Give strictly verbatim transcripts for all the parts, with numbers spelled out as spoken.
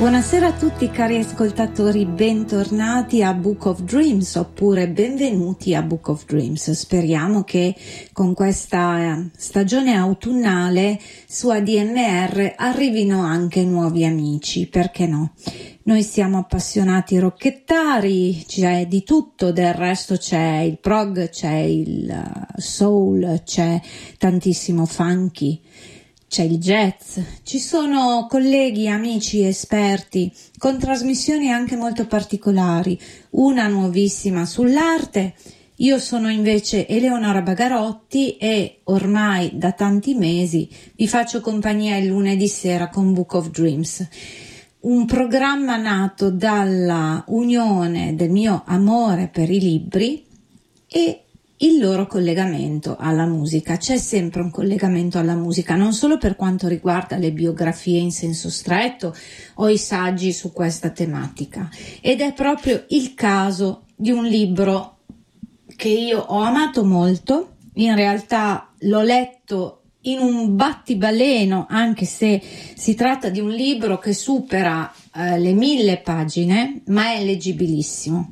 Buonasera a tutti cari ascoltatori, bentornati a Book of Dreams oppure benvenuti a Book of Dreams. Speriamo che con questa stagione autunnale su A D M R arrivino anche nuovi amici, perché no? Noi siamo appassionati rockettari, c'è di tutto, del resto c'è il prog, c'è il soul, c'è tantissimo funky. C'è il jazz, ci sono colleghi, amici, esperti con trasmissioni anche molto particolari, una nuovissima sull'arte. Io sono invece Eleonora Bagarotti e ormai da tanti mesi vi faccio compagnia il lunedì sera con Book of Dreams, un programma nato dalla unione del mio amore per i libri e il loro collegamento alla musica. C'è sempre un collegamento alla musica, non solo per quanto riguarda le biografie in senso stretto o i saggi su questa tematica, ed è proprio il caso di un libro che io ho amato molto. In realtà l'ho letto in un battibaleno, anche se si tratta di un libro che supera eh, le mille pagine, ma è leggibilissimo.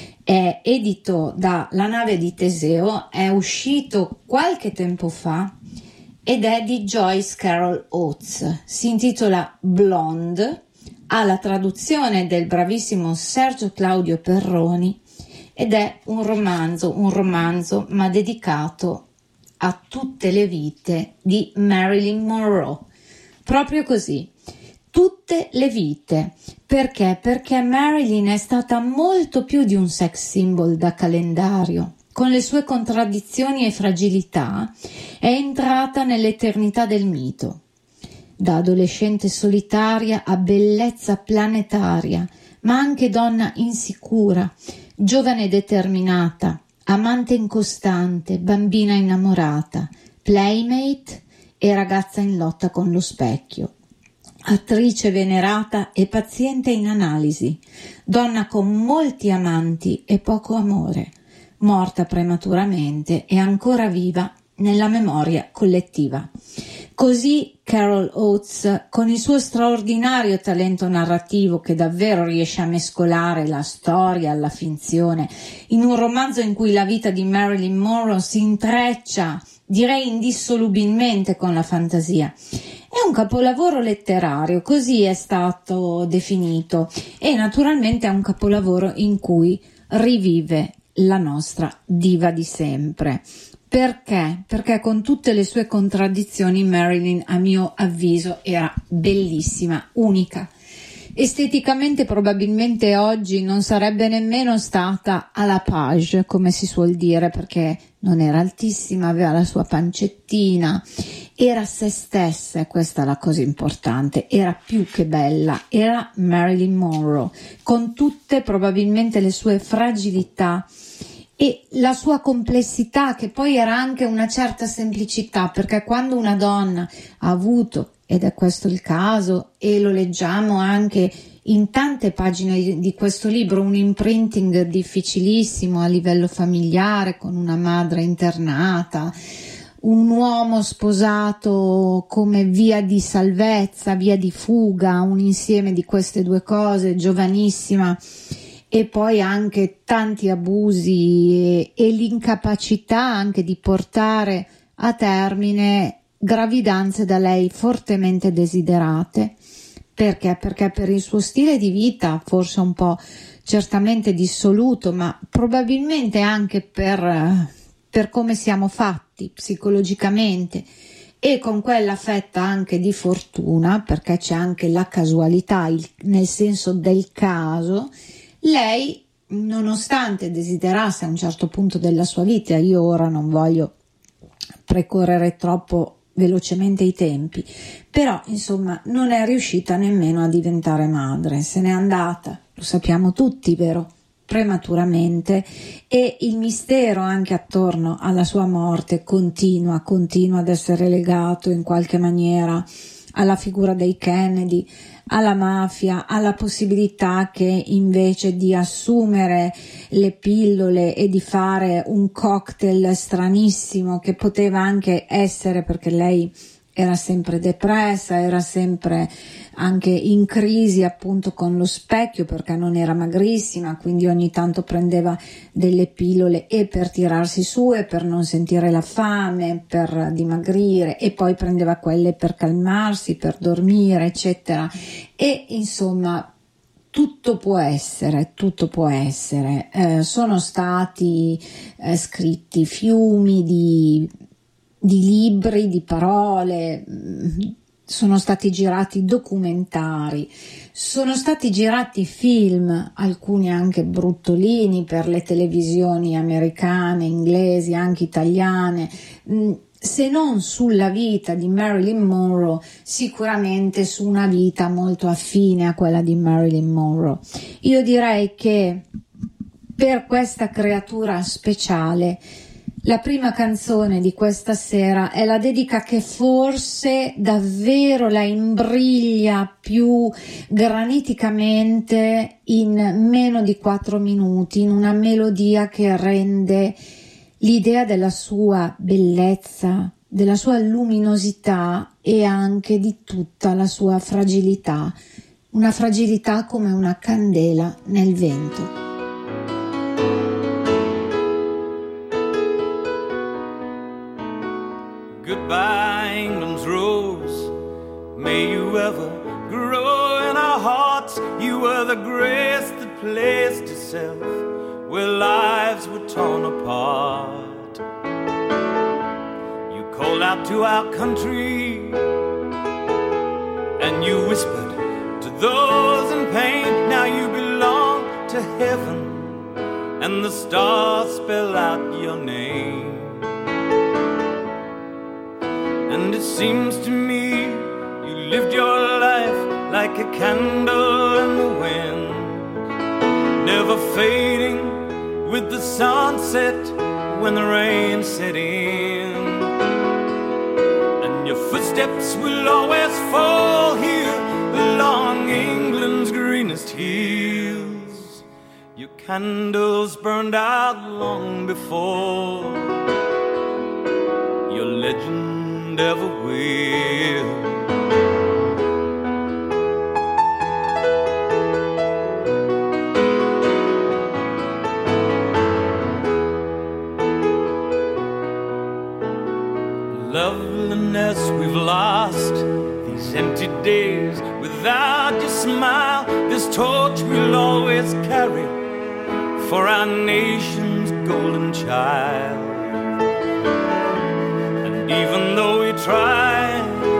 È edito da La nave di Teseo, è uscito qualche tempo fa ed è di Joyce Carol Oates. Si intitola Blonde, ha la traduzione del bravissimo Sergio Claudio Perroni ed è un romanzo, un romanzo ma dedicato a tutte le vite di Marilyn Monroe. Proprio così. Tutte le vite. Perché? Perché Marilyn è stata molto più di un sex symbol da calendario. Con le sue contraddizioni e fragilità è entrata nell'eternità del mito. Da adolescente solitaria a bellezza planetaria, ma anche donna insicura, giovane determinata, amante incostante, bambina innamorata, playmate e ragazza in lotta con lo specchio. Attrice venerata e paziente in analisi, donna con molti amanti e poco amore, morta prematuramente e ancora viva nella memoria collettiva. Così Carol Oates, con il suo straordinario talento narrativo che davvero riesce a mescolare la storia alla finzione, in un romanzo in cui la vita di Marilyn Monroe si intreccia, direi indissolubilmente, con la fantasia. È un capolavoro letterario, così è stato definito, e naturalmente è un capolavoro in cui rivive la nostra diva di sempre. Perché? Perché con tutte le sue contraddizioni Marilyn, a mio avviso, era bellissima, unica. Esteticamente probabilmente oggi non sarebbe nemmeno stata à la page, come si suol dire, perché non era altissima, aveva la sua pancettina, era se stessa, e questa è la cosa importante, era più che bella, era Marilyn Monroe, con tutte probabilmente le sue fragilità e la sua complessità, che poi era anche una certa semplicità, perché quando una donna ha avuto, ed è questo il caso, e lo leggiamo anche in tante pagine di questo libro, un imprinting difficilissimo a livello familiare, con una madre internata, un uomo sposato come via di salvezza, via di fuga, un insieme di queste due cose, giovanissima, e poi anche tanti abusi e, e l'incapacità anche di portare a termine gravidanze da lei fortemente desiderate. Perché? Perché per il suo stile di vita, forse un po' certamente dissoluto, ma probabilmente anche per, per come siamo fatti psicologicamente, e con quella fetta anche di fortuna, perché c'è anche la casualità, il, nel senso del caso, lei, nonostante desiderasse a un certo punto della sua vita, io ora non voglio precorrere troppo velocemente i tempi, però insomma non è riuscita nemmeno a diventare madre, se n'è andata, lo sappiamo tutti, vero? Prematuramente, e il mistero anche attorno alla sua morte continua, continua ad essere legato in qualche maniera alla figura dei Kennedy, alla mafia, alla possibilità che invece di assumere le pillole e di fare un cocktail stranissimo che poteva anche essere, perché lei era sempre depressa, era sempre anche in crisi appunto con lo specchio perché non era magrissima, quindi ogni tanto prendeva delle pillole e per tirarsi su e per non sentire la fame, per dimagrire, e poi prendeva quelle per calmarsi, per dormire, eccetera. E insomma tutto può essere, tutto può essere. Eh, sono stati eh, scritti fiumi di di libri, di parole, sono stati girati documentari, sono stati girati film, alcuni anche bruttolini per le televisioni americane, inglesi, anche italiane. Se non sulla vita di Marilyn Monroe, sicuramente su una vita molto affine a quella di Marilyn Monroe. Io direi che per questa creatura speciale la prima canzone di questa sera è la dedica che forse davvero la imbriglia più graniticamente in meno di quattro minuti, in una melodia che rende l'idea della sua bellezza, della sua luminosità e anche di tutta la sua fragilità, una fragilità come una candela nel vento. Goodbye, England's rose. May you ever grow in our hearts. You were the grace that placed itself where lives were torn apart. You called out to our country and you whispered to those in pain. Now you belong to heaven and the stars spell out your name. And it seems to me you lived your life like a candle in the wind, never fading with the sunset when the rain set in. And your footsteps will always fall here along England's greenest hills. Your candles burned out long before your legend never will. Loveliness we've lost, these empty days without your smile, this torch we'll always carry for our nation's golden child. Even though we try,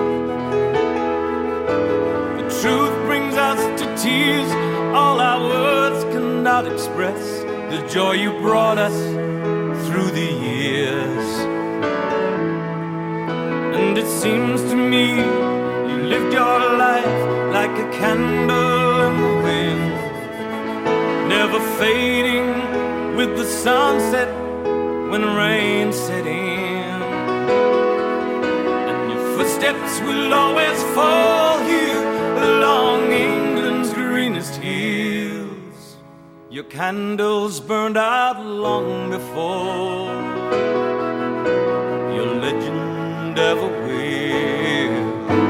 the truth brings us to tears. All our words cannot express the joy you brought us through the years. And it seems to me you lived your life like a candle in the wind, never fading with the sunset when rain set in. Footsteps will always fall here along England's greenest hills. Your candles burned out long before your legend ever will.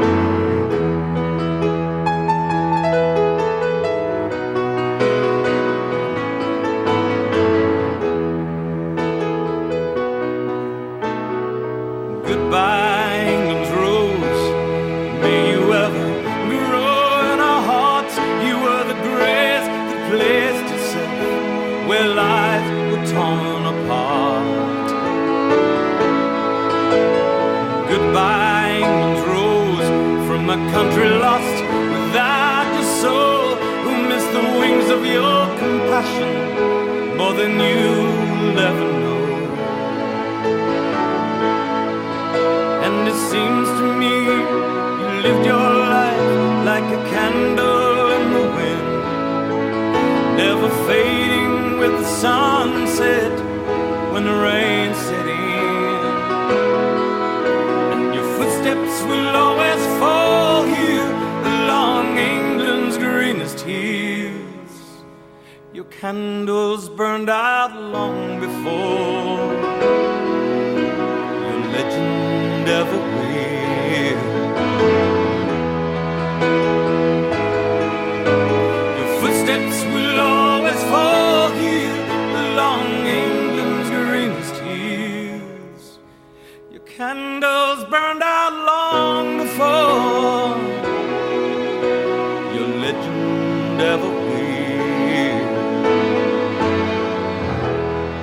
Goodbye, torn apart. Goodbye, England's rose, from a country lost without your soul, who missed the wings of your compassion more than you'll ever know. And it seems to me you lived your life like a candle in the wind, never fading with the sunset when the rain set in. And your footsteps will always fall here along England's greenest hills. Your candles burned out long before your legend ever will.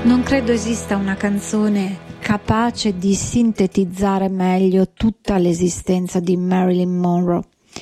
Non credo esista una canzone capace di sintetizzare meglio tutta l'esistenza di Marilyn Monroe,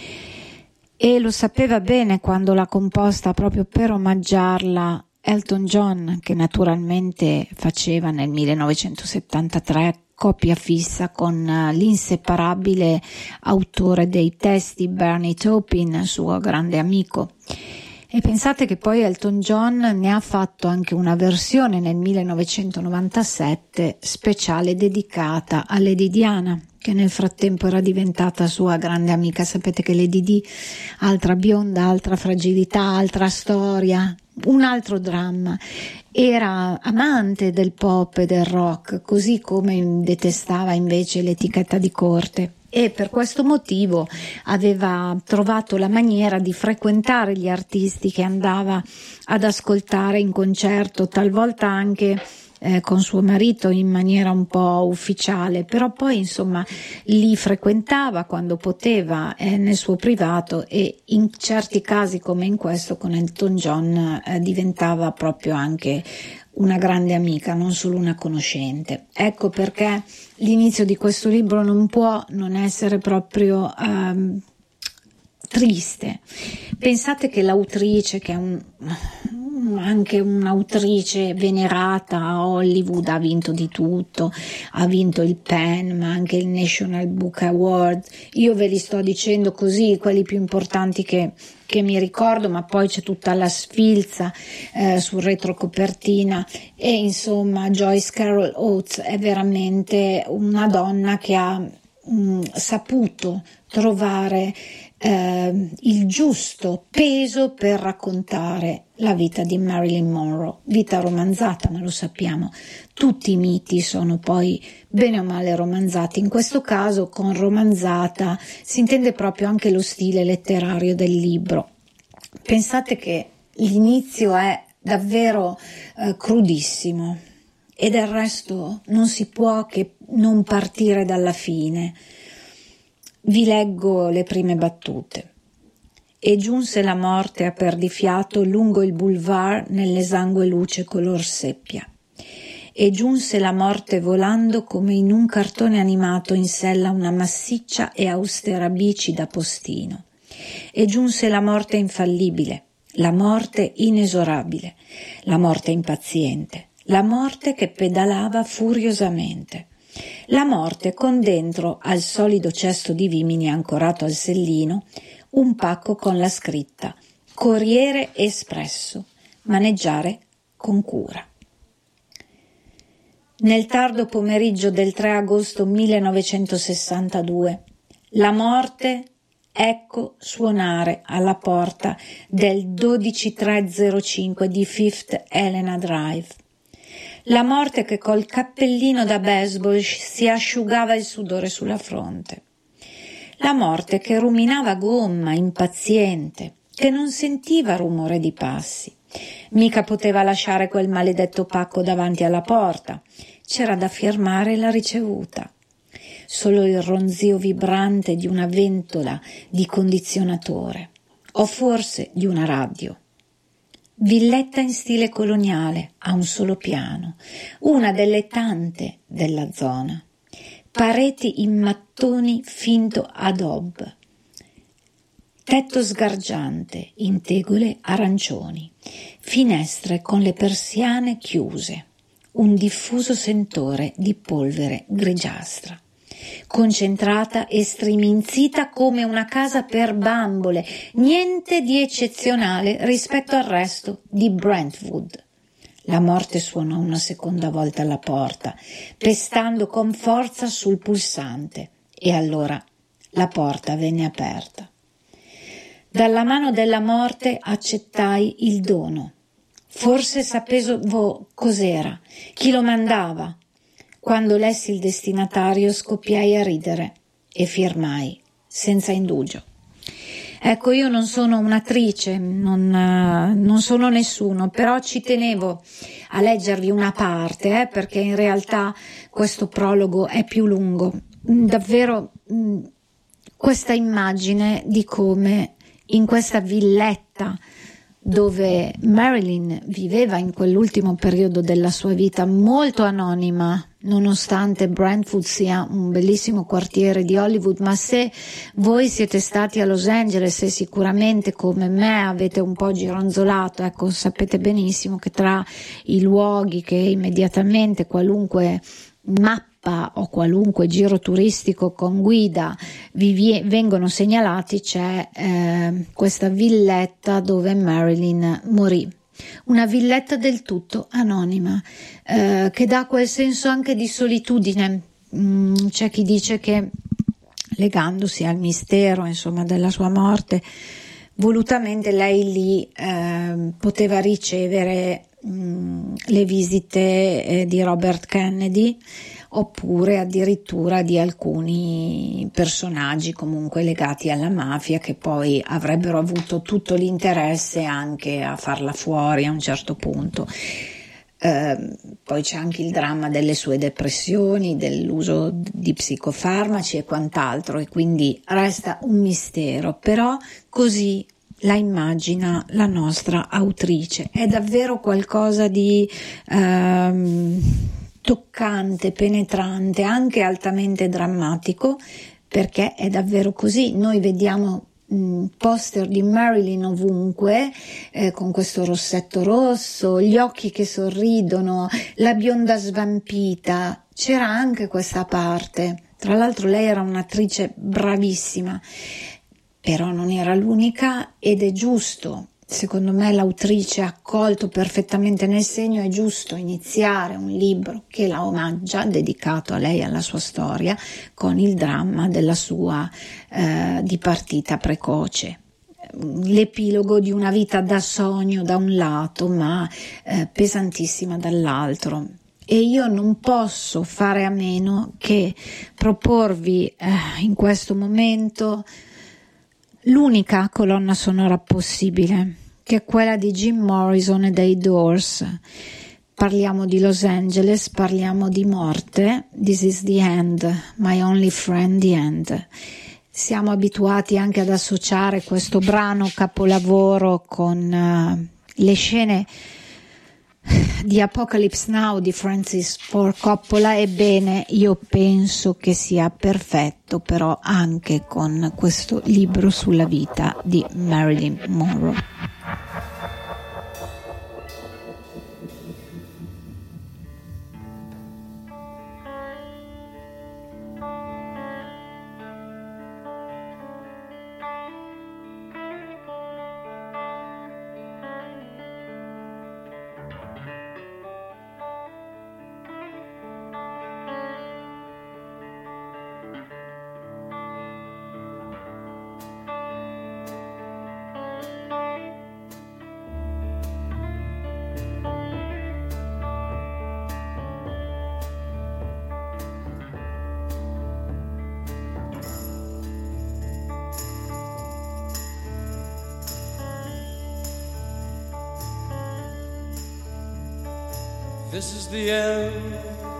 e lo sapeva bene quando l'ha composta proprio per omaggiarla Elton John, che naturalmente faceva nel millenovecentosettantatré coppia fissa con l'inseparabile autore dei testi Bernie Taupin, suo grande amico. E pensate che poi Elton John ne ha fatto anche una versione nel millenovecentonovantasette speciale dedicata a Lady Diana, che nel frattempo era diventata sua grande amica. Sapete che Lady Di, altra bionda, altra fragilità, altra storia, un altro dramma. Era amante del pop e del rock, così come detestava invece l'etichetta di corte. E per questo motivo aveva trovato la maniera di frequentare gli artisti che andava ad ascoltare in concerto, talvolta anche eh, con suo marito in maniera un po' ufficiale, però poi insomma li frequentava quando poteva eh, nel suo privato, e in certi casi come in questo con Elton John eh, diventava proprio anche una grande amica, non solo una conoscente. Ecco perché l'inizio di questo libro non può non essere proprio um, triste. Pensate che l'autrice, che è un, anche un'autrice venerata a Hollywood, ha vinto di tutto, ha vinto il Pen, ma anche il National Book Award. Io ve li sto dicendo così, quelli più importanti che che mi ricordo, ma poi c'è tutta la sfilza eh, sul retrocopertina. E insomma Joyce Carol Oates è veramente una donna che ha mh, saputo trovare eh, il giusto peso per raccontare la vita di Marilyn Monroe, vita romanzata, ma lo sappiamo, tutti i miti sono poi bene o male romanzati. In questo caso con romanzata si intende proprio anche lo stile letterario del libro. Pensate che l'inizio è davvero eh, crudissimo, e del resto non si può che non partire dalla fine. Vi leggo le prime battute. E giunse la morte a perdifiato lungo il boulevard nell'esangue luce color seppia. E giunse la morte volando come in un cartone animato in sella una massiccia e austera bici da postino. E giunse la morte infallibile, la morte inesorabile, la morte impaziente, la morte che pedalava furiosamente. La morte con dentro al solido cesto di vimini ancorato al sellino un pacco con la scritta Corriere Espresso, maneggiare con cura. Nel tardo pomeriggio del tre agosto millenovecentosessantadue, la morte ecco suonare alla porta del dodici mila trecentocinque di Fifth Helena Drive. La morte che col cappellino da baseball si asciugava il sudore sulla fronte. La morte che ruminava gomma, impaziente, che non sentiva rumore di passi. Mica poteva lasciare quel maledetto pacco davanti alla porta. C'era da firmare la ricevuta. Solo il ronzio vibrante di una ventola di condizionatore, o forse di una radio. Villetta in stile coloniale, a un solo piano, una delle tante della zona. Pareti in mattoni finto adobe, tetto sgargiante in tegole arancioni, finestre con le persiane chiuse, un diffuso sentore di polvere grigiastra, concentrata e striminzita come una casa per bambole, niente di eccezionale rispetto al resto di Brentwood. La morte suonò una seconda volta alla porta, pestando con forza sul pulsante, e allora la porta venne aperta. Dalla mano della morte accettai il dono. Forse sapevo cos'era, chi lo mandava. Quando lessi il destinatario scoppiai a ridere e firmai, senza indugio. Ecco, io non sono un'attrice, non, non sono nessuno, però ci tenevo a leggervi una parte, eh, perché in realtà questo prologo è più lungo. Davvero mh, questa immagine di come in questa villetta dove Marilyn viveva in quell'ultimo periodo della sua vita molto anonima, nonostante Brentwood sia un bellissimo quartiere di Hollywood. Ma se voi siete stati a Los Angeles e sicuramente come me avete un po' gironzolato, ecco, sapete benissimo che tra i luoghi che immediatamente qualunque mappa o qualunque giro turistico con guida vi vie- vengono segnalati c'è eh, questa villetta dove Marilyn morì. Una villetta del tutto anonima, eh, che dà quel senso anche di solitudine. Mm, c'è chi dice che, legandosi al mistero, insomma, della sua morte, volutamente lei lì eh, poteva ricevere mh, le visite eh, di Robert Kennedy, oppure addirittura di alcuni personaggi comunque legati alla mafia, che poi avrebbero avuto tutto l'interesse anche a farla fuori a un certo punto. Eh, poi c'è anche il dramma delle sue depressioni, dell'uso di psicofarmaci e quant'altro, e quindi resta un mistero, però così la immagina la nostra autrice. È davvero qualcosa di ehm, toccante, penetrante, anche altamente drammatico, perché è davvero così. Noi vediamo mh, poster di Marilyn ovunque, eh, con questo rossetto rosso, gli occhi che sorridono, la bionda svampita. C'era anche questa parte. Tra l'altro lei era un'attrice bravissima, però non era l'unica, ed è giusto. Secondo me l'autrice ha colto perfettamente nel segno. È giusto iniziare un libro che la omaggia, dedicato a lei e alla sua storia, con il dramma della sua eh, dipartita precoce. L'epilogo di una vita da sogno da un lato, ma eh, pesantissima dall'altro. E io non posso fare a meno che proporvi eh, in questo momento l'unica colonna sonora possibile, che è quella di Jim Morrison e dei Doors. Parliamo di Los Angeles, parliamo di morte. This is the end, my only friend, the end. Siamo abituati anche ad associare questo brano capolavoro con uh, le scene di Apocalypse Now di Francis Ford Coppola. Ebbene, io penso che sia perfetto però anche con questo libro sulla vita di Marilyn Monroe. This is the end,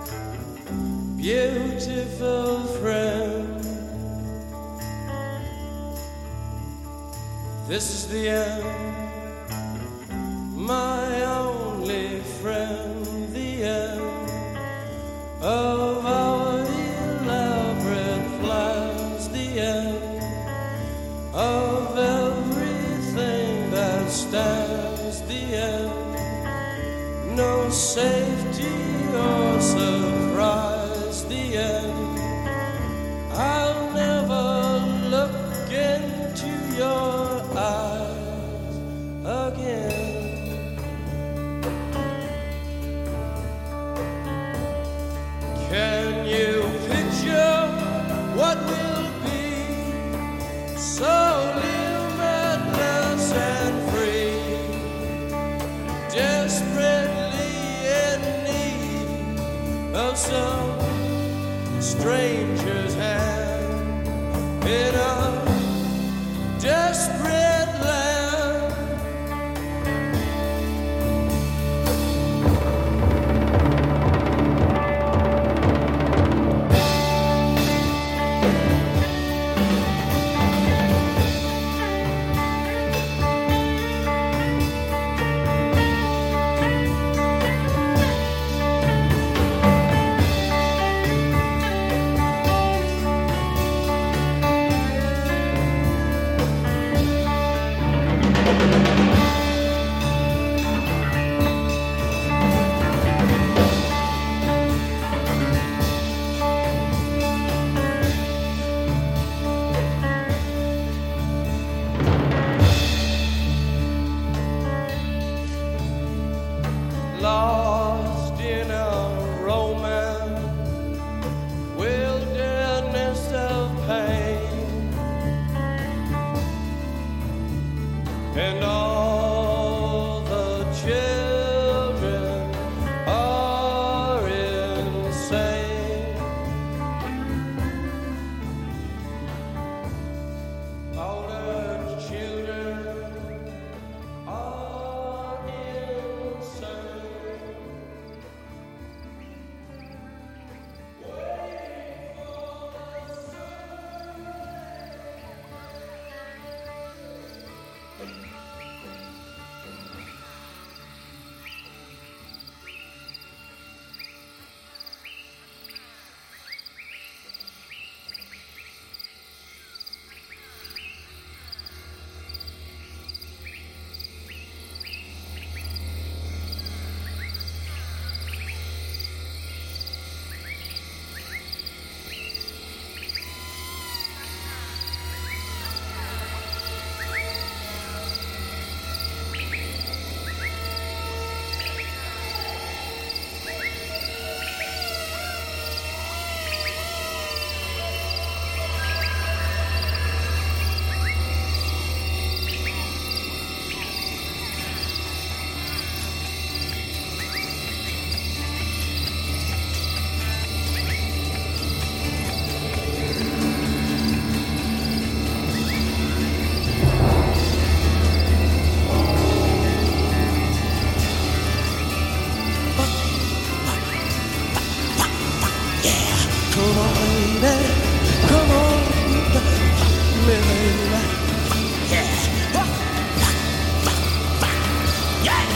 beautiful friend. This is the end, my only friend. The end of our elaborate plans. The end of everything that stands. The end. No safety or surprise, the end. I'll never look into your eyes again. Can you picture what will be so limitless and free? Desperate of some stranger's hand in a desperate land. baby, come on, baby. Yeah. Yeah.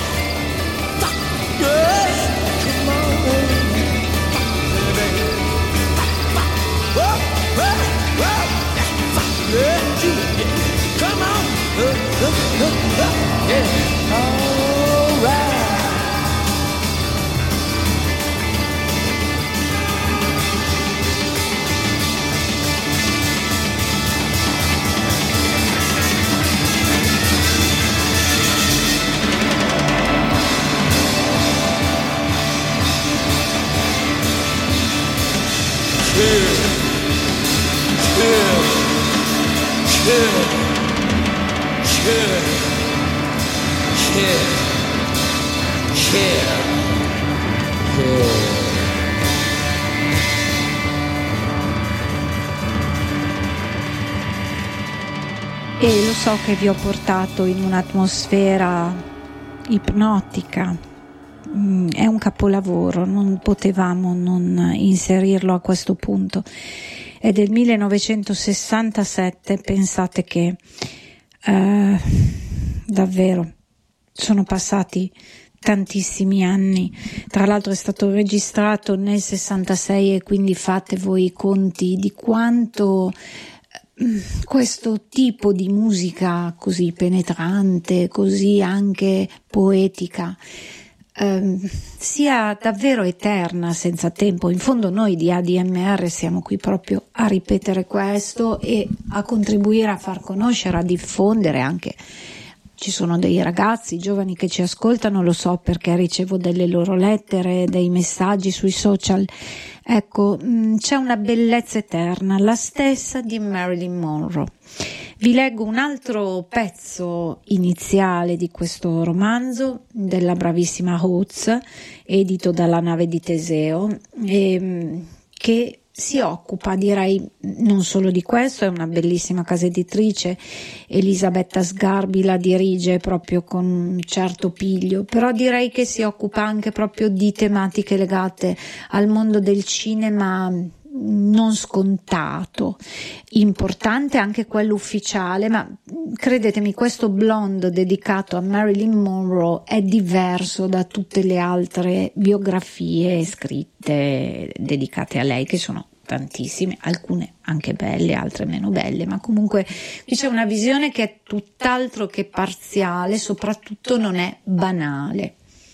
Yeah. Come on, baby. Baby. Whoa, whoa, whoa. Yeah, come on. Uh, uh, uh, uh. Yeah. All right. Chill, chill, chill, chill, chill, chill, chill. E lo so che vi ho portato in un'atmosfera ipnotica. È un capolavoro, non potevamo non inserirlo a questo punto. È del millenovecentosessantasette, pensate che eh, davvero sono passati tantissimi anni. Tra l'altro è stato registrato nel sessantasei e quindi fate voi i conti di quanto questo tipo di musica così penetrante, così anche poetica, ehm, sia davvero eterna, senza tempo. In fondo noi di A D M R siamo qui proprio a ripetere questo e a contribuire a far conoscere, a diffondere anche. Ci sono dei ragazzi giovani che ci ascoltano, lo so perché ricevo delle loro lettere, dei messaggi sui social. Ecco, c'è una bellezza eterna, la stessa di Marilyn Monroe. Vi leggo un altro pezzo iniziale di questo romanzo della bravissima Oates, edito dalla Nave di Teseo, e, che si occupa, direi, non solo di questo. È una bellissima casa editrice, Elisabetta Sgarbi la dirige proprio con un certo piglio, però direi che si occupa anche proprio di tematiche legate al mondo del cinema non scontato, importante anche quello ufficiale, ma credetemi, questo Blonde dedicato a Marilyn Monroe è diverso da tutte le altre biografie scritte dedicate a lei, che sono tantissime, alcune anche belle, altre meno belle, ma comunque qui c'è una visione che è tutt'altro che parziale, soprattutto non è banale.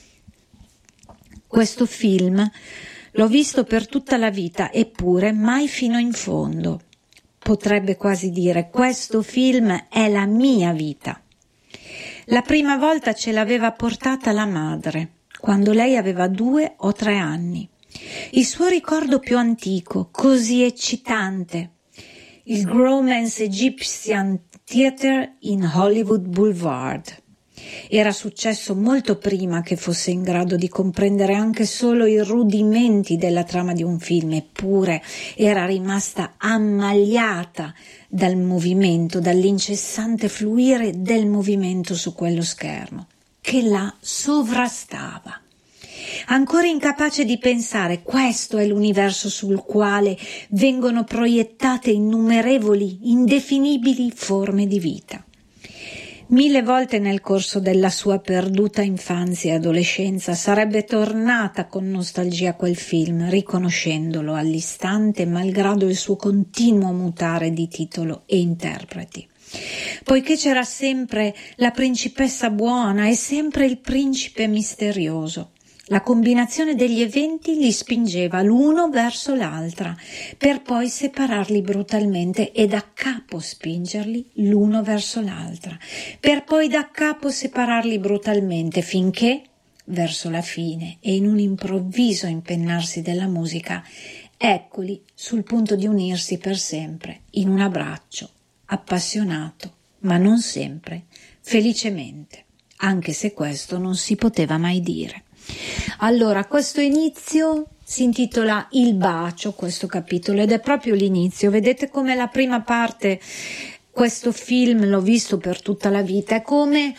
Questo film l'ho visto per tutta la vita, eppure mai fino in fondo. Potrebbe quasi dire: questo film è la mia vita. La prima volta ce l'aveva portata la madre, quando lei aveva due o tre anni. Il suo ricordo più antico, così eccitante, il Grauman's Egyptian Theatre in Hollywood Boulevard. Era successo molto prima che fosse in grado di comprendere anche solo i rudimenti della trama di un film, eppure era rimasta ammagliata dal movimento, dall'incessante fluire del movimento su quello schermo, che la sovrastava. Ancora incapace di pensare, questo è l'universo sul quale vengono proiettate innumerevoli, indefinibili forme di vita. Mille volte nel corso della sua perduta infanzia e adolescenza sarebbe tornata con nostalgia a quel film, riconoscendolo all'istante malgrado il suo continuo mutare di titolo e interpreti. Poiché c'era sempre la principessa buona e sempre il principe misterioso. La combinazione degli eventi li spingeva l'uno verso l'altra, per poi separarli brutalmente e da capo spingerli l'uno verso l'altra, per poi da capo separarli brutalmente, finché, verso la fine e in un improvviso impennarsi della musica, eccoli sul punto di unirsi per sempre in un abbraccio, appassionato, ma non sempre, felicemente, anche se questo non si poteva mai dire. Allora, questo inizio si intitola Il bacio, questo capitolo, ed è proprio l'inizio. Vedete come la prima parte, questo film l'ho visto per tutta la vita, è come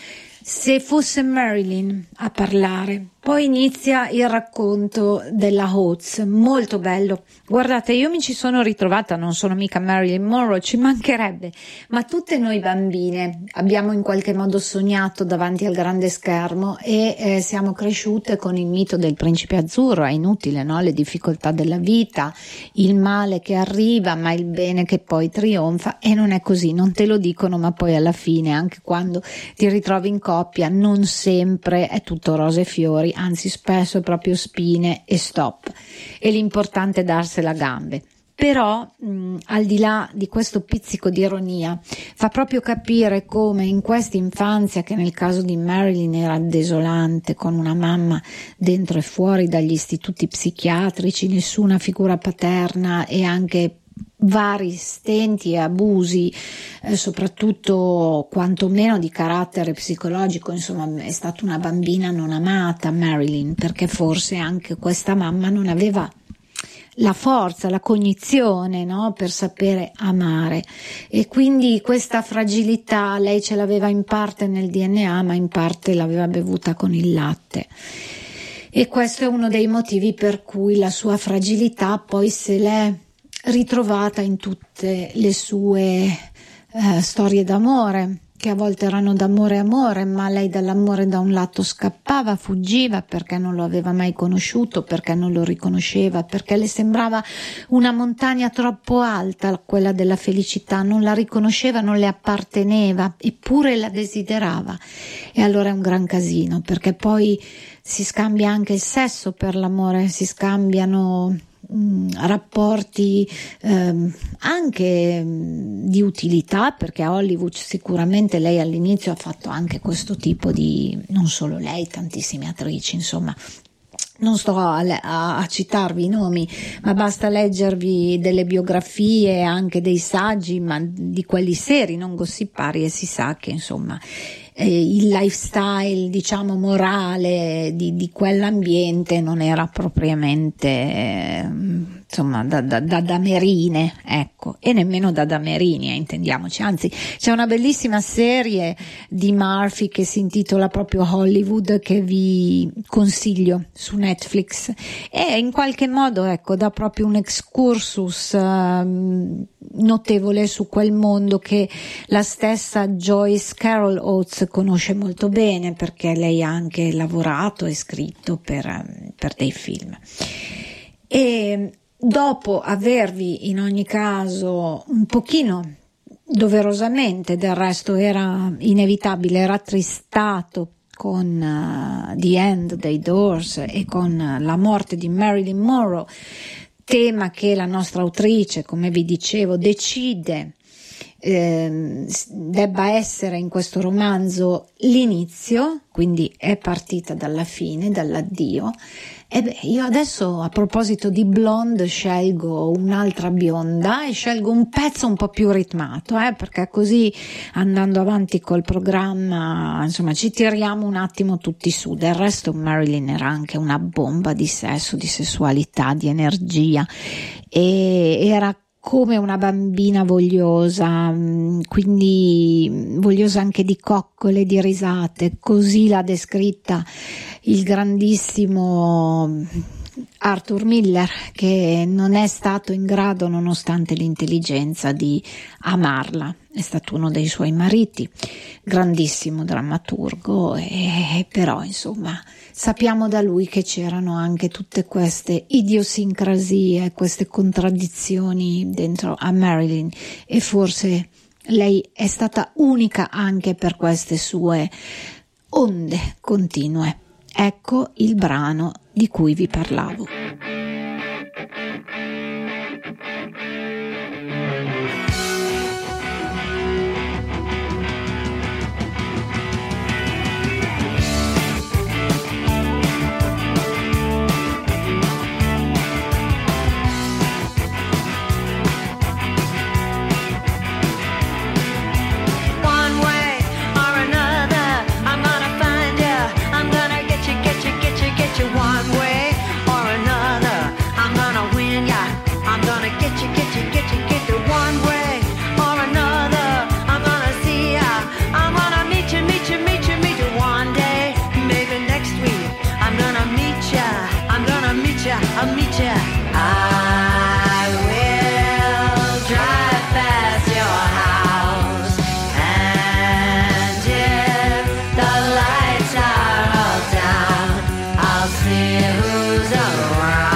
Se fosse Marilyn a parlare. Poi inizia il racconto della Oates, molto bello. Guardate, io mi ci sono ritrovata, non sono mica Marilyn Monroe, ci mancherebbe, ma tutte noi bambine abbiamo in qualche modo sognato davanti al grande schermo e eh, siamo cresciute con il mito del principe azzurro. È inutile, no? Le difficoltà della vita, il male che arriva, ma il bene che poi trionfa, e non è così, non te lo dicono, ma poi alla fine, anche quando ti ritrovi in coppia, non sempre è tutto rose e fiori, anzi spesso è proprio spine e stop, e l'importante è darsela a gambe. Però mh, al di là di questo pizzico di ironia, fa proprio capire come in questa infanzia, che nel caso di Marilyn era desolante, con una mamma dentro e fuori dagli istituti psichiatrici, nessuna figura paterna e anche vari stenti e abusi, eh, soprattutto quantomeno di carattere psicologico, insomma è stata una bambina non amata Marilyn, perché forse anche questa mamma non aveva la forza, la cognizione, no, per sapere amare, e quindi questa fragilità lei ce l'aveva in parte nel D N A, ma in parte l'aveva bevuta con il latte. E questo è uno dei motivi per cui la sua fragilità poi se l'è ritrovata in tutte le sue eh, storie d'amore, che a volte erano d'amore amore, ma lei dall'amore da un lato scappava, fuggiva perché non lo aveva mai conosciuto, perché non lo riconosceva, perché le sembrava una montagna troppo alta quella della felicità, non la riconosceva, non le apparteneva, eppure la desiderava. E allora è un gran casino, perché poi si scambia anche il sesso per l'amore, si scambiano rapporti ehm, anche di utilità, perché a Hollywood sicuramente lei all'inizio ha fatto anche questo tipo di, non solo lei, tantissime attrici, insomma non sto a, a, a citarvi i nomi, ma basta leggervi delle biografie, anche dei saggi, ma di quelli seri, non gossipari, e si sa che insomma eh, il lifestyle, diciamo, morale di, di quell'ambiente non era propriamente eh, insomma da, da, da damerine, ecco, e nemmeno da damerini, eh, intendiamoci. Anzi, c'è una bellissima serie di Murphy che si intitola proprio Hollywood, che vi consiglio su Netflix, e in qualche modo ecco dà proprio un excursus uh, notevole su quel mondo che la stessa Joyce Carol Oates conosce molto bene, perché lei ha anche lavorato e scritto per, per dei film. E dopo avervi in ogni caso un pochino, doverosamente, del resto era inevitabile, rattristato con uh, The End dei Doors e con uh, la morte di Marilyn Monroe, tema che la nostra autrice, come vi dicevo, decide eh, debba essere in questo romanzo l'inizio, quindi è partita dalla fine, dall'addio. E beh, io adesso, a proposito di blonde, scelgo un'altra bionda e scelgo un pezzo un po' più ritmato, eh, perché così, andando avanti col programma, insomma, ci tiriamo un attimo tutti su. Del resto Marilyn era anche una bomba di sesso, di sessualità, di energia, e era come una bambina vogliosa, quindi vogliosa anche di coccole, di risate. Così l'ha descritta il grandissimo Arthur Miller, che non è stato in grado, nonostante l'intelligenza, di amarla. È stato uno dei suoi mariti, grandissimo drammaturgo, e però insomma sappiamo da lui che c'erano anche tutte queste idiosincrasie, queste contraddizioni dentro a Marilyn, e forse lei è stata unica anche per queste sue onde continue. Ecco il brano di cui vi parlavo. One way or another. I'll meet ya. I will drive past your house, and if the lights are all down, I'll see who's around.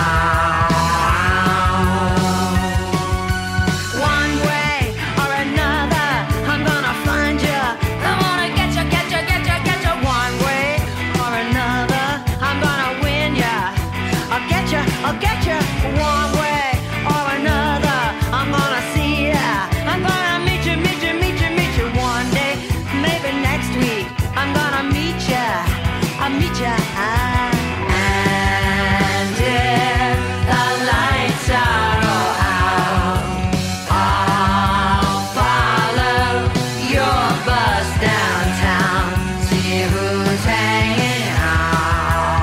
One way or another, I'm gonna find ya. I'm gonna get ya, get ya, get ya, get ya. One way or another, I'm gonna win ya. I'll get ya, I'll get ya. One way or another, I'm gonna see ya. I'm gonna meet you, meet you, meet you, meet you one day, maybe next week. I'm gonna meet ya, I'll meet ya. And if the lights are all out, I'll follow your bus downtown, see who's hanging out.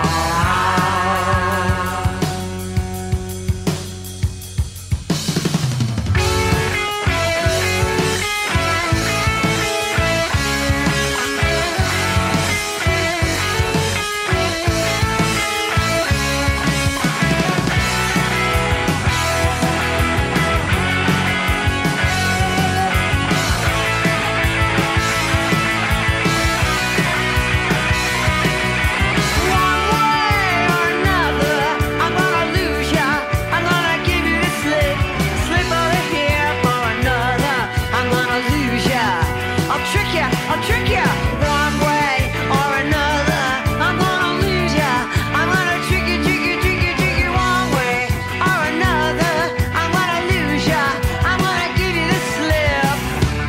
One way or another, I'm gonna lose ya. I'm gonna give you the slip, slip over here for another. I'm gonna lose ya. I'll trick ya, I'll trick ya. One way or another, I'm gonna lose ya. I'm gonna trick you, trick you, trick you, trick you. One way or another, I'm gonna lose ya. I'm gonna give you the slip.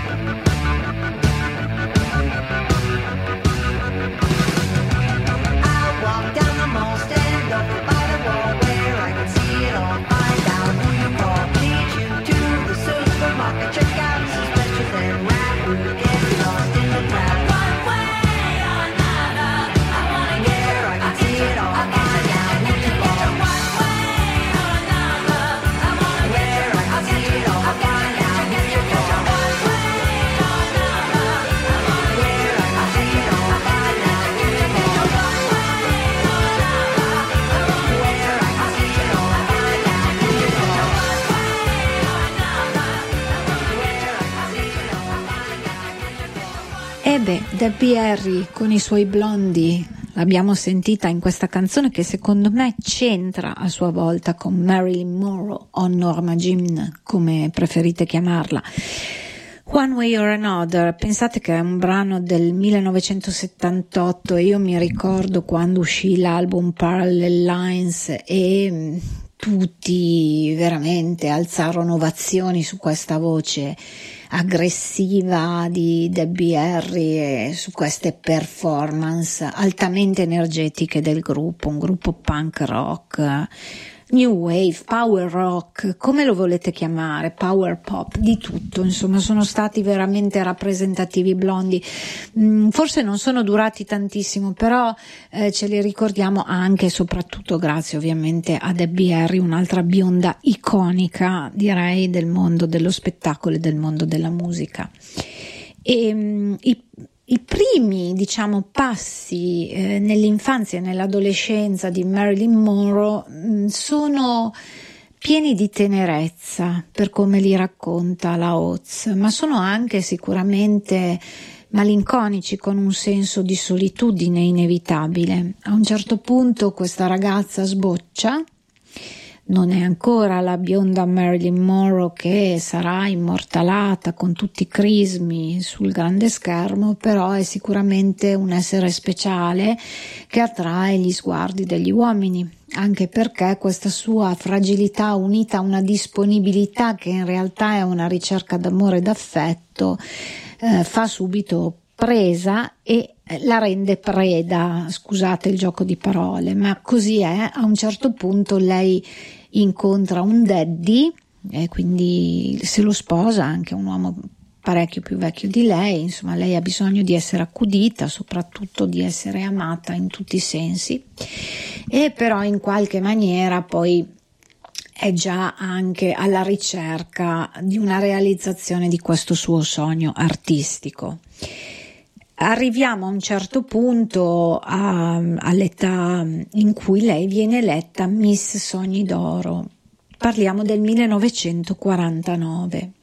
I'll walk down the mall, stand over by the wall where I can see it all. Find out who you call, lead you to the supermarket, check out some specials and wrap. Get lost in the crowd. One way or another, I wanna get where I can see it all. Find out who you call. One way or another, I wanna where I can see it all. Find out who you call. One way or another, I wanna where I can see it all. Find out who you call. One way or another, I wanna where I can see it all. Find out who you call. One way or another, I wanna where I can see it all. Find out who you call. E beh, Debbie Harry con i suoi blondi l'abbiamo sentita in questa canzone che secondo me c'entra a sua volta con Marilyn Monroe o Norma Jean, come preferite chiamarla. One Way or Another, pensate che è un brano del millenovecentosettantotto e io mi ricordo quando uscì l'album Parallel Lines e mh, tutti veramente alzarono ovazioni su questa voce aggressiva di Debbie Harry e su queste performance altamente energetiche del gruppo, un gruppo punk rock, new wave, power rock, come lo volete chiamare, power pop, di tutto, insomma sono stati veramente rappresentativi blondi. Mm, forse non sono durati tantissimo, però eh, ce li ricordiamo anche e soprattutto grazie ovviamente a Debbie Harry, un'altra bionda iconica direi del mondo dello spettacolo e del mondo della musica. E mm, i I primi, diciamo, passi eh, nell'infanzia e nell'adolescenza di Marilyn Monroe mh, sono pieni di tenerezza per come li racconta la Oates, ma sono anche sicuramente malinconici, con un senso di solitudine inevitabile. A un certo punto questa ragazza sboccia. Non è ancora la bionda Marilyn Monroe che sarà immortalata con tutti i crismi sul grande schermo, però è sicuramente un essere speciale che attrae gli sguardi degli uomini, anche perché questa sua fragilità unita a una disponibilità che in realtà è una ricerca d'amore e d'affetto eh, fa subito presa e la rende preda, scusate il gioco di parole, ma così è. A un certo punto lei incontra un daddy e quindi se lo sposa, anche un uomo parecchio più vecchio di lei, insomma lei ha bisogno di essere accudita, soprattutto di essere amata in tutti i sensi, e però in qualche maniera poi è già anche alla ricerca di una realizzazione di questo suo sogno artistico. Arriviamo a un certo punto a, all'età in cui lei viene eletta Miss Sogni d'Oro. Parliamo del millenovecentoquarantanove.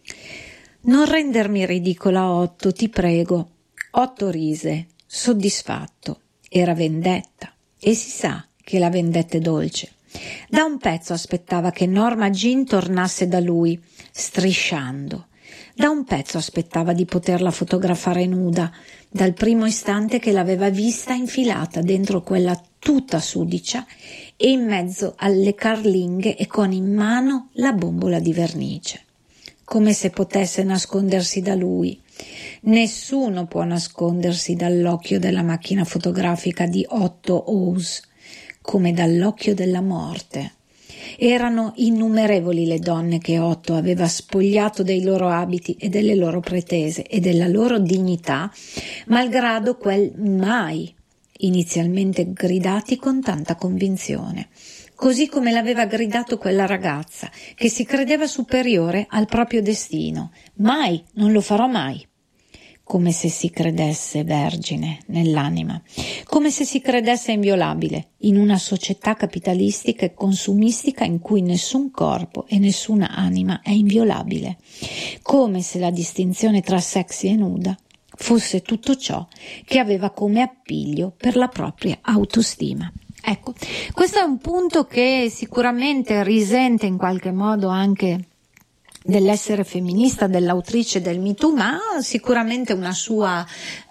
Non rendermi ridicola, Otto, ti prego. Otto rise, soddisfatto. Era vendetta, e si sa che la vendetta è dolce. Da un pezzo aspettava che Norma Jean tornasse da lui, strisciando. Da un pezzo aspettava di poterla fotografare nuda, dal primo istante che l'aveva vista infilata dentro quella tuta sudicia e in mezzo alle carlinghe e con in mano la bombola di vernice. Come se potesse nascondersi da lui. Nessuno può nascondersi dall'occhio della macchina fotografica di Otto House, come dall'occhio della morte. Erano innumerevoli le donne che Otto aveva spogliato dei loro abiti e delle loro pretese e della loro dignità, malgrado quel mai, inizialmente gridati con tanta convinzione, così come l'aveva gridato quella ragazza che si credeva superiore al proprio destino. Mai, non lo farò mai. Come se si credesse vergine nell'anima, come se si credesse inviolabile in una società capitalistica e consumistica in cui nessun corpo e nessuna anima è inviolabile, come se la distinzione tra sexy e nuda fosse tutto ciò che aveva come appiglio per la propria autostima. Ecco, questo è un punto che sicuramente risente in qualche modo anche dell'essere femminista dell'autrice del Me Too, ma sicuramente una sua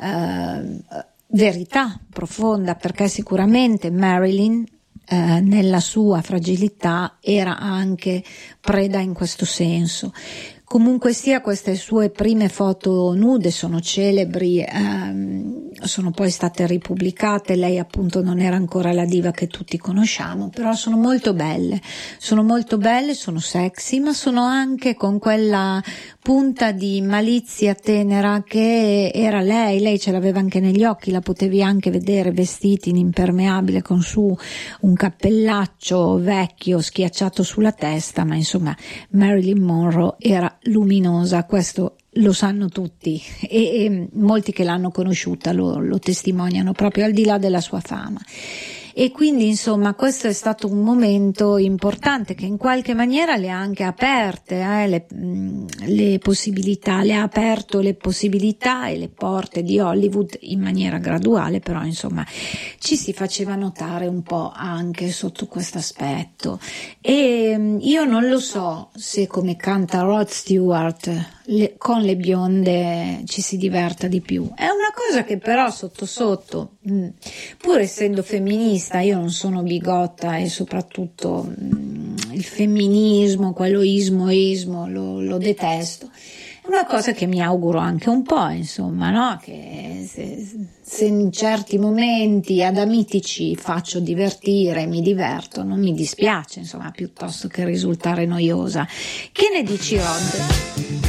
eh, verità profonda, perché sicuramente Marilyn eh, nella sua fragilità era anche preda in questo senso. Comunque sia, queste sue prime foto nude sono celebri, ehm, sono poi state ripubblicate. Lei appunto non era ancora la diva che tutti conosciamo, però sono molto belle, sono molto belle, sono sexy, ma sono anche con quella punta di malizia tenera che era lei, lei ce l'aveva anche negli occhi, la potevi anche vedere vestita in impermeabile con su un cappellaccio vecchio schiacciato sulla testa, ma insomma Marilyn Monroe era luminosa, questo lo sanno tutti e, e molti che l'hanno conosciuta lo, lo testimoniano proprio al di là della sua fama. E quindi insomma questo è stato un momento importante che in qualche maniera le ha anche aperte eh, le, le possibilità, le ha aperto le possibilità e le porte di Hollywood in maniera graduale, però insomma ci si faceva notare un po' anche sotto questo aspetto. E io non lo so se, come canta Rod Stewart, le, con le bionde ci si diverta di più. È una cosa che però sotto sotto, mh, pur essendo femminista, io non sono bigotta e soprattutto mh, il femminismo, quello ismo ismo, lo, lo detesto. È una cosa che mi auguro anche un po', insomma, no? Che se, se in certi momenti adamitici faccio divertire, mi diverto, non mi dispiace, insomma, piuttosto che risultare noiosa. Che ne dici, Rod?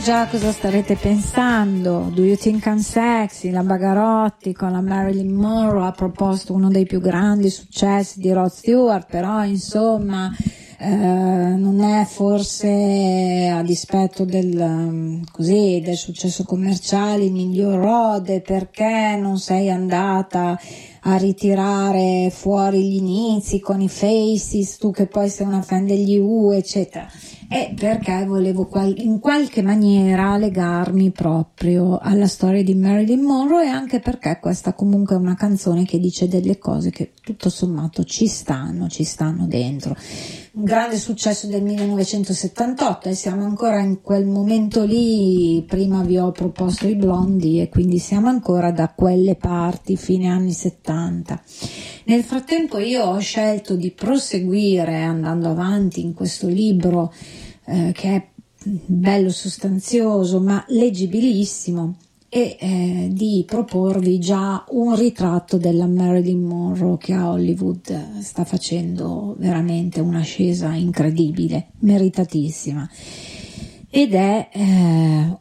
già cosa starete pensando. Do You Think I'm Sexy? La Bagarotti con la Marilyn Monroe ha proposto uno dei più grandi successi di Rod Stewart, però insomma eh, non è forse, a dispetto del, um, così, del successo commerciale, il miglior Rod. Perché non sei andata a ritirare fuori gli inizi con i Faces, tu che poi sei una fan degli U, eccetera? E perché volevo qual- in qualche maniera legarmi proprio alla storia di Marilyn Monroe, e anche perché questa comunque è una canzone che dice delle cose che tutto sommato ci stanno, ci stanno dentro. Un grande successo del millenovecentosettantotto, e siamo ancora in quel momento lì. Prima vi ho proposto i Blondie e quindi siamo ancora da quelle parti, fine anni settanta. Nel frattempo io ho scelto di proseguire andando avanti in questo libro eh, che è bello sostanzioso ma leggibilissimo, e eh, di proporvi già un ritratto della Marilyn Monroe che a Hollywood sta facendo veramente un'ascesa incredibile, meritatissima, ed è eh,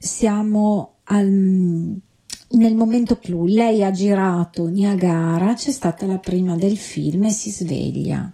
siamo al nel momento clou. Lei ha girato Niagara, c'è stata la prima del film e si sveglia.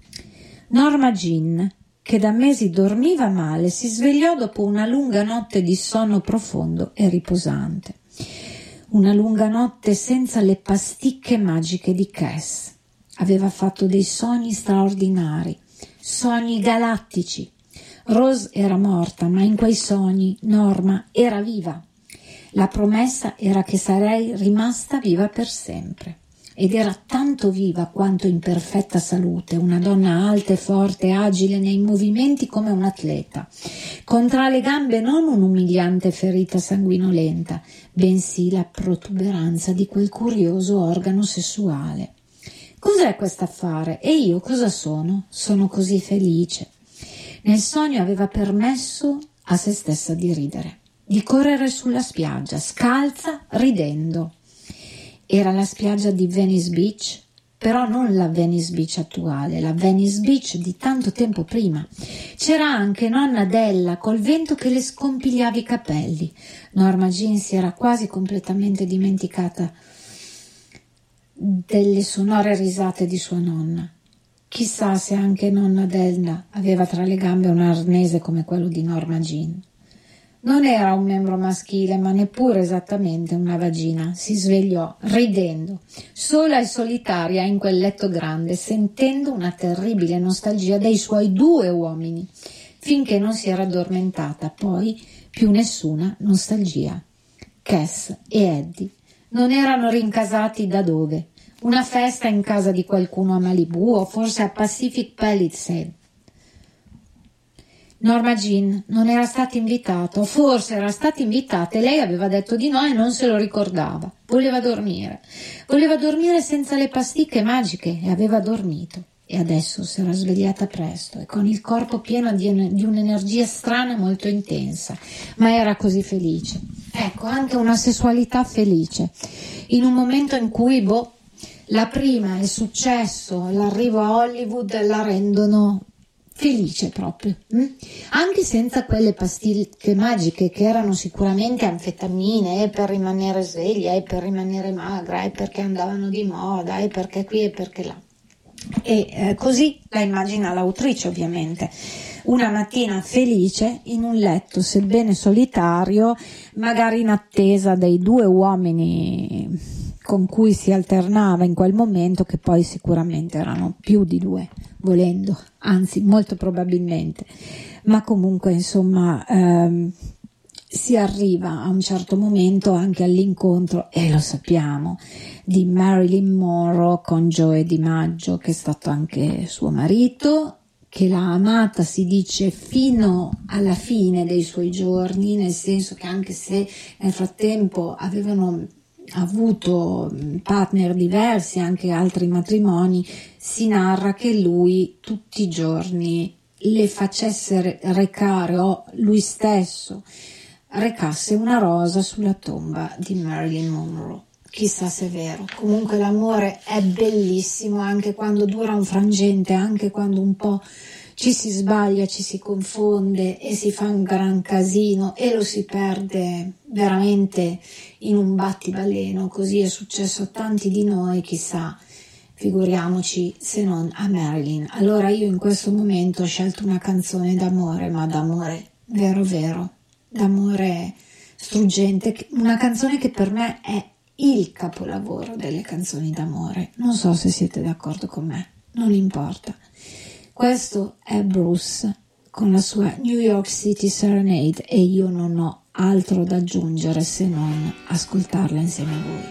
Norma Jean, che da mesi dormiva male, si svegliò dopo una lunga notte di sonno profondo e riposante. Una lunga notte senza le pasticche magiche di Cass. Aveva fatto dei sogni straordinari, sogni galattici. Rose era morta, ma in quei sogni Norma era viva. La promessa era che sarei rimasta viva per sempre, ed era tanto viva quanto in perfetta salute, una donna alta e forte, agile nei movimenti come un atleta, con tra le gambe non un'umiliante ferita sanguinolenta, bensì la protuberanza di quel curioso organo sessuale. Cos'è quest'affare? E io cosa sono? Sono così felice. Nel sogno aveva permesso a se stessa di ridere, di correre sulla spiaggia, scalza, ridendo. Era la spiaggia di Venice Beach, però non la Venice Beach attuale, la Venice Beach di tanto tempo prima. C'era anche nonna Della col vento che le scompigliava i capelli. Norma Jean si era quasi completamente dimenticata delle sonore risate di sua nonna. Chissà se anche nonna Della aveva tra le gambe un arnese come quello di Norma Jean. Non era un membro maschile, ma neppure esattamente una vagina. Si svegliò, ridendo, sola e solitaria in quel letto grande, sentendo una terribile nostalgia dei suoi due uomini, finché non si era addormentata. Poi più nessuna nostalgia. Cass e Eddie non erano rincasati da dove? Una festa in casa di qualcuno a Malibu o forse a Pacific Palisades. Norma Jean non era stata invitata, o forse era stata invitata e lei aveva detto di no e non se lo ricordava. Voleva dormire, voleva dormire senza le pasticche magiche, e aveva dormito. E adesso si era svegliata presto e con il corpo pieno di, di un'energia strana e molto intensa, ma era così felice. Ecco, anche una sessualità felice, in un momento in cui, boh, la prima, il successo, l'arrivo a Hollywood la rendono felice proprio, hm? Anche senza quelle pasticche magiche che erano sicuramente anfetamine, e per rimanere sveglia, e per rimanere magra, e perché andavano di moda, e perché qui e perché là. E eh, così la immagina l'autrice, ovviamente, una mattina felice in un letto sebbene solitario, magari in attesa dei due uomini con cui si alternava in quel momento, che poi sicuramente erano più di due, volendo, anzi molto probabilmente, ma comunque insomma ehm, si arriva a un certo momento anche all'incontro, e lo sappiamo, di Marilyn Monroe con Joe DiMaggio, che è stato anche suo marito, che l'ha amata, si dice, fino alla fine dei suoi giorni, nel senso che anche se nel frattempo avevano avuto partner diversi, anche altri matrimoni, si narra che lui tutti i giorni le facesse recare, o lui stesso recasse una rosa sulla tomba di Marilyn Monroe. Chissà se è vero. Comunque l'amore è bellissimo anche quando dura un frangente, anche quando un po' ci si sbaglia, ci si confonde e si fa un gran casino e lo si perde veramente in un battibaleno. Così è successo a tanti di noi, chissà, figuriamoci se non a Marilyn. Allora io in questo momento ho scelto una canzone d'amore, ma d'amore vero vero, d'amore struggente, una canzone che per me è il capolavoro delle canzoni d'amore. Non so se siete d'accordo con me, non importa. Questo è Bruce con la sua New York City Serenade e io non ho altro da aggiungere se non ascoltarla insieme a voi.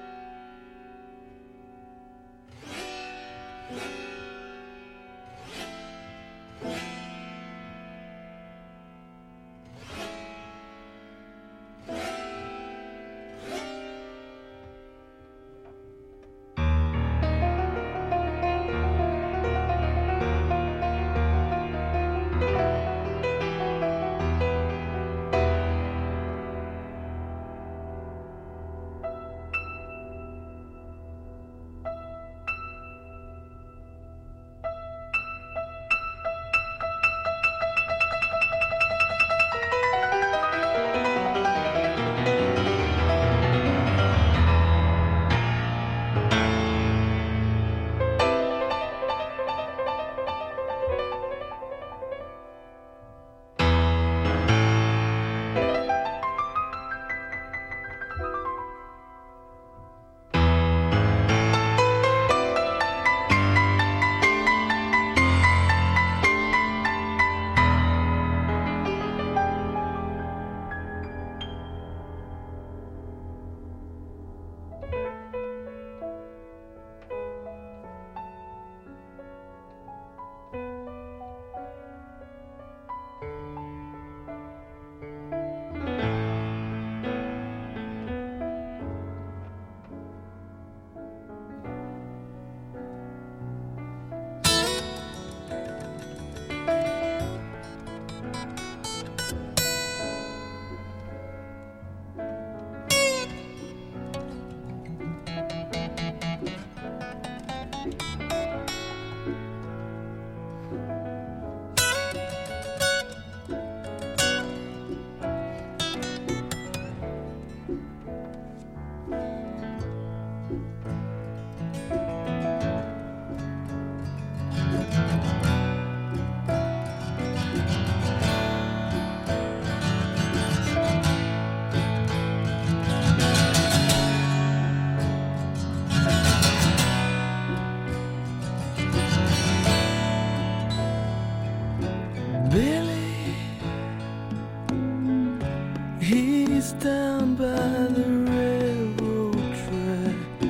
Down by the railroad track,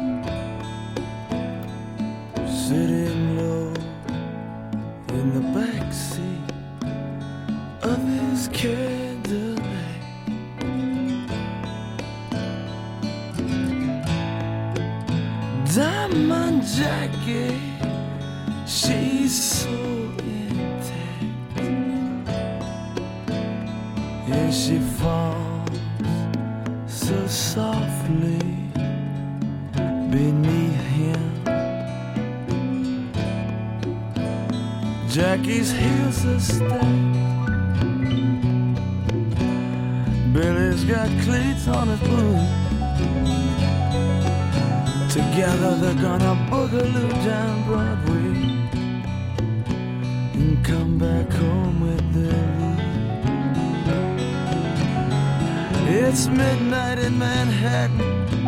sitting low in the back seat of his Cadillac. Diamond jacket, she's so intact, and she falls so softly beneath him. Jackie's heels are stacked, Billy's got cleats on his boots. Together they're gonna boogaloo down Broadway and come back home with their loot. It's midnight in Manhattan.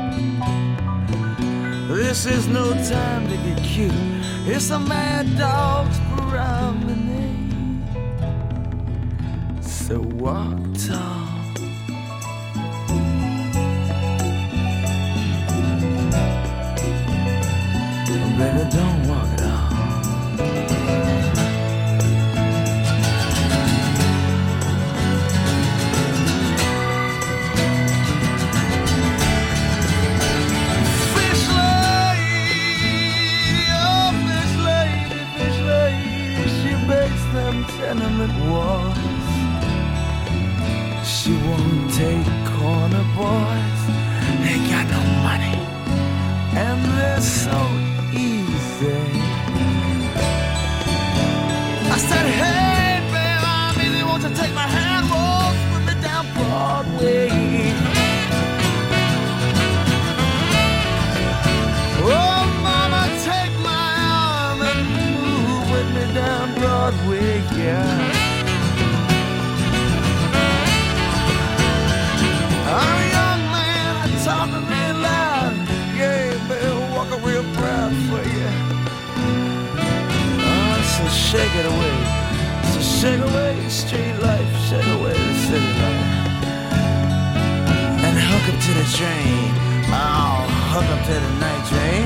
This is no time to get cute. It's a mad dog's promenade. So walk tall, baby, don't walk at all. Tenement walls. She won't take corner boys. They got no money and they're so easy. I Broadway, yeah. I'm a young man, I'm talking real loud. Yeah, Bill, walking real proud for you. Oh, so shake it away. So shake away the street life, shake away the city life. And hook up to the train. Oh, hook up to the night train.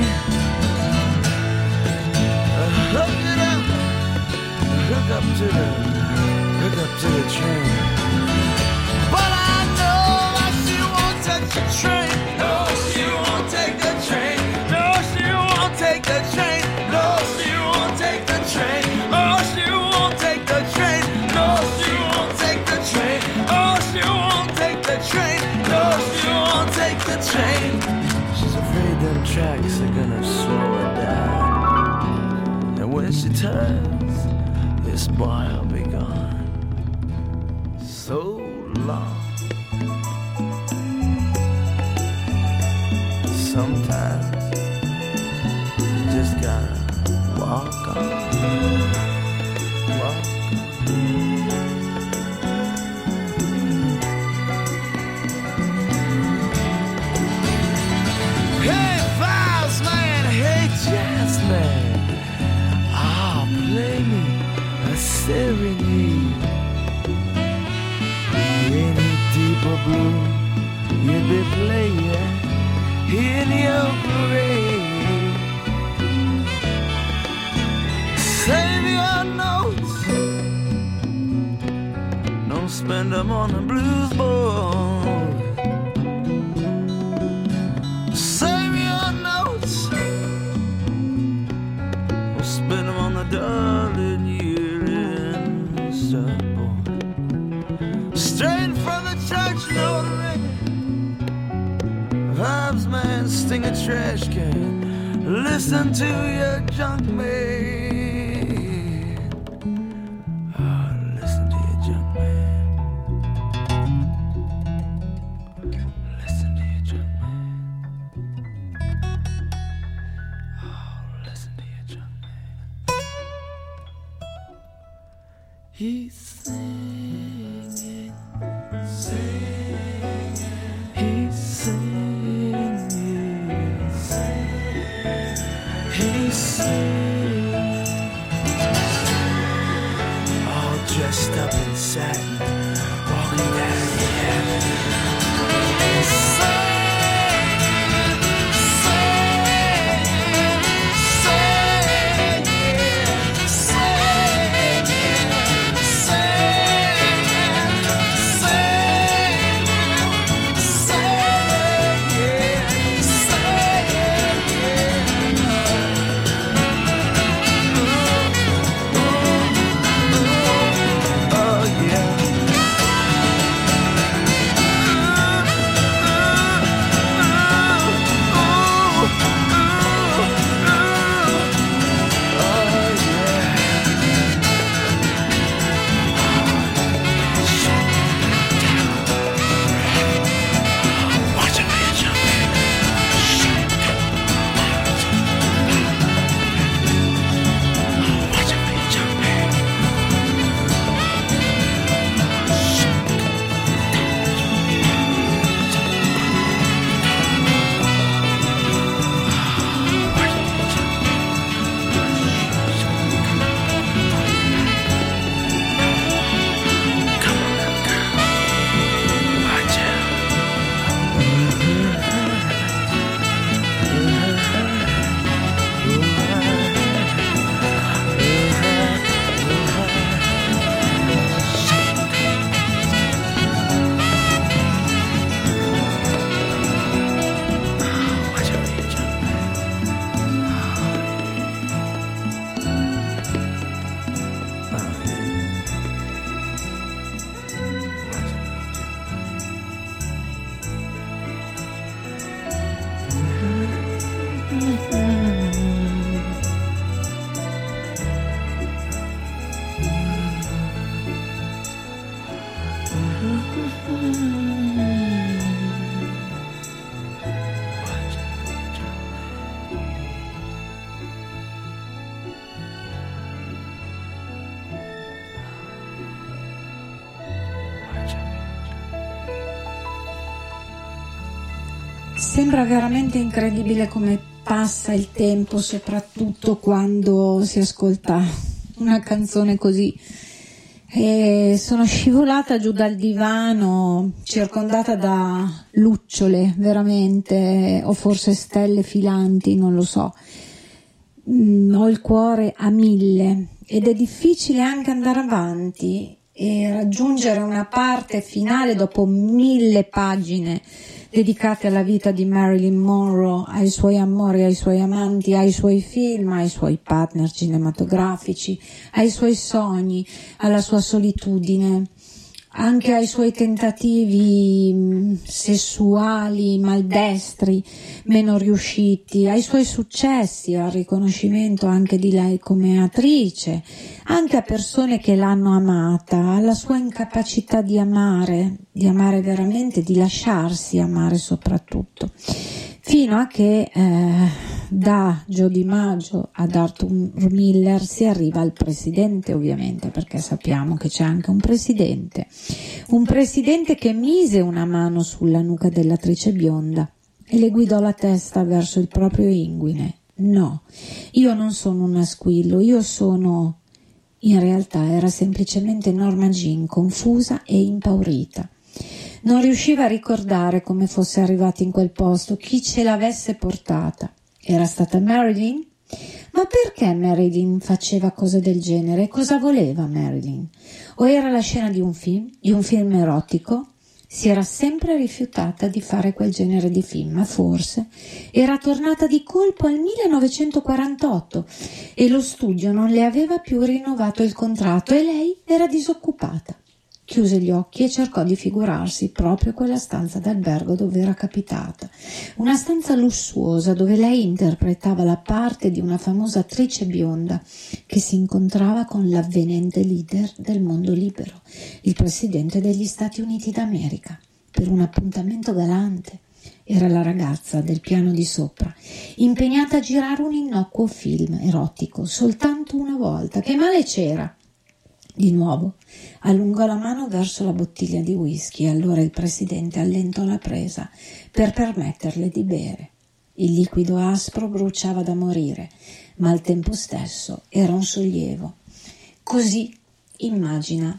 Uh, hook it up. Hook up to the, hook up to the train. But I know that she won't touch the train. No, she won't take the train. No, she won't take the train. No, she won't take the train. Oh, she won't take the train. No, she won't take the train. Oh, she won't take the train. No, she won't take the train. She's afraid them tracks are gonna slow her down. And when she turns, this boy will be gone. So long. Sometimes you just gotta walk on, walk on. Hey, Vibes Man, hey, Jazz Man, ah, play me a serenade. Any deeper blue you'd be playing in your parade. Save your notes, don't spend them on the blues board. Save your notes, don't spend them on the darling year-end supboard. Straight from the church notary, Vibes Man, sting a trash can. Listen to your junk man. Oh, listen to your junk man. Listen to your junk man. Oh, listen to your junk man. He's singing, singing. He's singing, he's singing, all dressed up in satin, walking down the avenue. Singing, singing, singing, singing, singing, singing. Sembra veramente incredibile come passa il tempo, soprattutto quando si ascolta una canzone così. E sono scivolata giù dal divano, circondata da lucciole, veramente, o forse stelle filanti, non lo so. Mm, ho il cuore a mille ed è difficile anche andare avanti e raggiungere una parte finale dopo mille pagine dedicate alla vita di Marilyn Monroe, ai suoi amori, ai suoi amanti, ai suoi film, ai suoi partner cinematografici, ai suoi sogni, alla sua solitudine, anche ai suoi tentativi sessuali maldestri, meno riusciti, ai suoi successi, al riconoscimento anche di lei come attrice, anche a persone che l'hanno amata, alla sua incapacità di amare, di amare veramente, di lasciarsi amare soprattutto, fino a che eh, da Joe DiMaggio ad Arthur Miller si arriva al presidente, ovviamente, perché sappiamo che c'è anche un presidente, un presidente che mise una mano sulla nuca dell'attrice bionda e le guidò la testa verso il proprio inguine. No, io non sono una squillo, io sono... In realtà era semplicemente Norma Jean, confusa e impaurita. Non riusciva a ricordare come fosse arrivata in quel posto, chi ce l'avesse portata. Era stata Marilyn? Ma perché Marilyn faceva cose del genere? Cosa voleva Marilyn? O era la scena di un film, di un film erotico? Si era sempre rifiutata di fare quel genere di film, ma forse era tornata di colpo al millenovecentoquarantotto e lo studio non le aveva più rinnovato il contratto e lei era disoccupata. Chiuse gli occhi e cercò di figurarsi proprio quella stanza d'albergo dove era capitata, una stanza lussuosa dove lei interpretava la parte di una famosa attrice bionda che si incontrava con l'avvenente leader del mondo libero, il presidente degli Stati Uniti d'America, per un appuntamento galante. Era la ragazza del piano di sopra, impegnata a girare un innocuo film erotico soltanto una volta. Che male c'era? Di nuovo allungò la mano verso la bottiglia di whisky e allora il presidente allentò la presa per permetterle di bere. Il liquido aspro bruciava da morire, ma al tempo stesso era un sollievo. Così immagina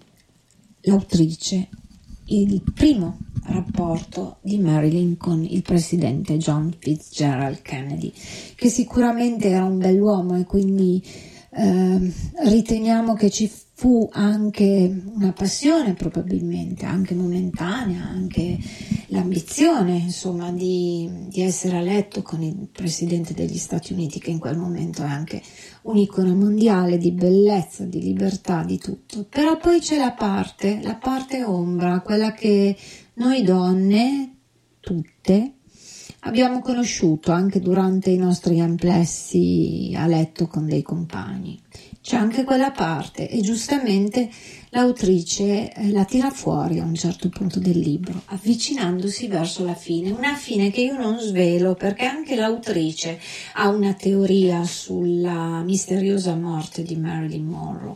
l'autrice il primo rapporto di Marilyn con il presidente John Fitzgerald Kennedy, che sicuramente era un bell'uomo e quindi eh, riteniamo che ci fu anche una passione, probabilmente anche momentanea, anche l'ambizione insomma di, di essere a letto con il presidente degli Stati Uniti, che in quel momento è anche un'icona mondiale di bellezza, di libertà, di tutto. Però poi c'è la parte, la parte ombra, quella che noi donne, tutte, abbiamo conosciuto anche durante i nostri amplessi a letto con dei compagni. C'è anche quella parte e giustamente l'autrice la tira fuori a un certo punto del libro, avvicinandosi verso la fine, una fine che io non svelo perché anche l'autrice ha una teoria sulla misteriosa morte di Marilyn Monroe.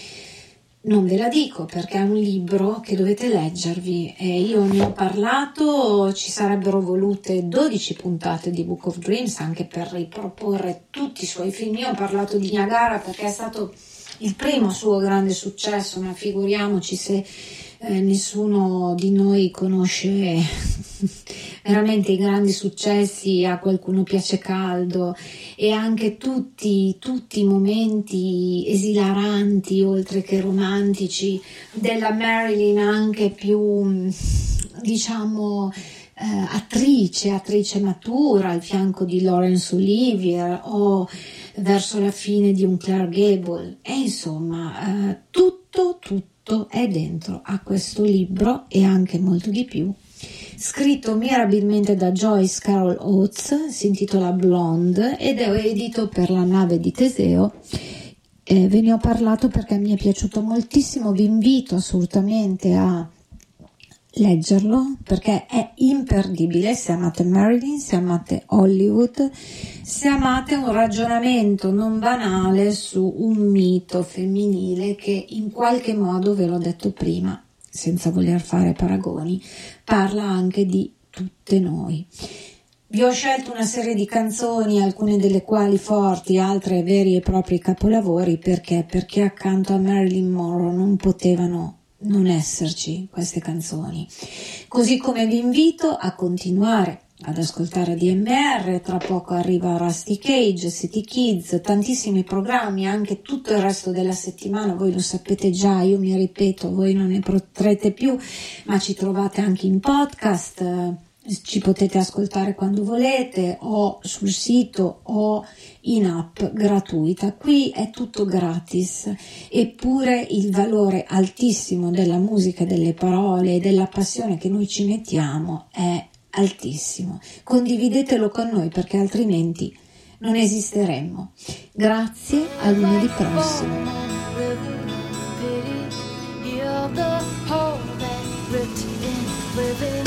Non ve la dico perché è un libro che dovete leggervi e io ne ho parlato, ci sarebbero volute dodici puntate di Book of Dreams anche per riproporre tutti i suoi film. Io ho parlato di Niagara perché è stato il primo suo grande successo, ma figuriamoci se eh, nessuno di noi conosce veramente i grandi successi, a qualcuno piace caldo, e anche tutti, tutti i momenti esilaranti oltre che romantici della Marilyn, anche più diciamo eh, attrice, attrice matura al fianco di Laurence Olivier o verso la fine di un Clark Gable, e insomma eh, tutto tutto è dentro a questo libro e anche molto di più, scritto mirabilmente da Joyce Carol Oates, si intitola Blonde ed è edito per La Nave di Teseo. Eh, ve ne ho parlato perché mi è piaciuto moltissimo, vi invito assolutamente a leggerlo perché è imperdibile se amate Marilyn, se amate Hollywood, se amate un ragionamento non banale su un mito femminile che in qualche modo, ve l'ho detto prima, senza voler fare paragoni, parla anche di tutte noi. Vi ho scelto una serie di canzoni, alcune delle quali forti, altre veri e propri capolavori, perché perché accanto a Marilyn Monroe non potevano non esserci queste canzoni. Così come vi invito a continuare ad ascoltare D M R, tra poco arriva Rusty Cage, City Kids, tantissimi programmi, anche tutto il resto della settimana, voi lo sapete già, io mi ripeto, voi non ne potrete più, ma ci trovate anche in podcast, ci potete ascoltare quando volete, o sul sito o in app gratuita. Qui è tutto gratis, eppure il valore altissimo della musica, delle parole e della passione che noi ci mettiamo è altissimo. Condividetelo con noi, perché altrimenti non esisteremmo. Grazie, a lunedì prossimo.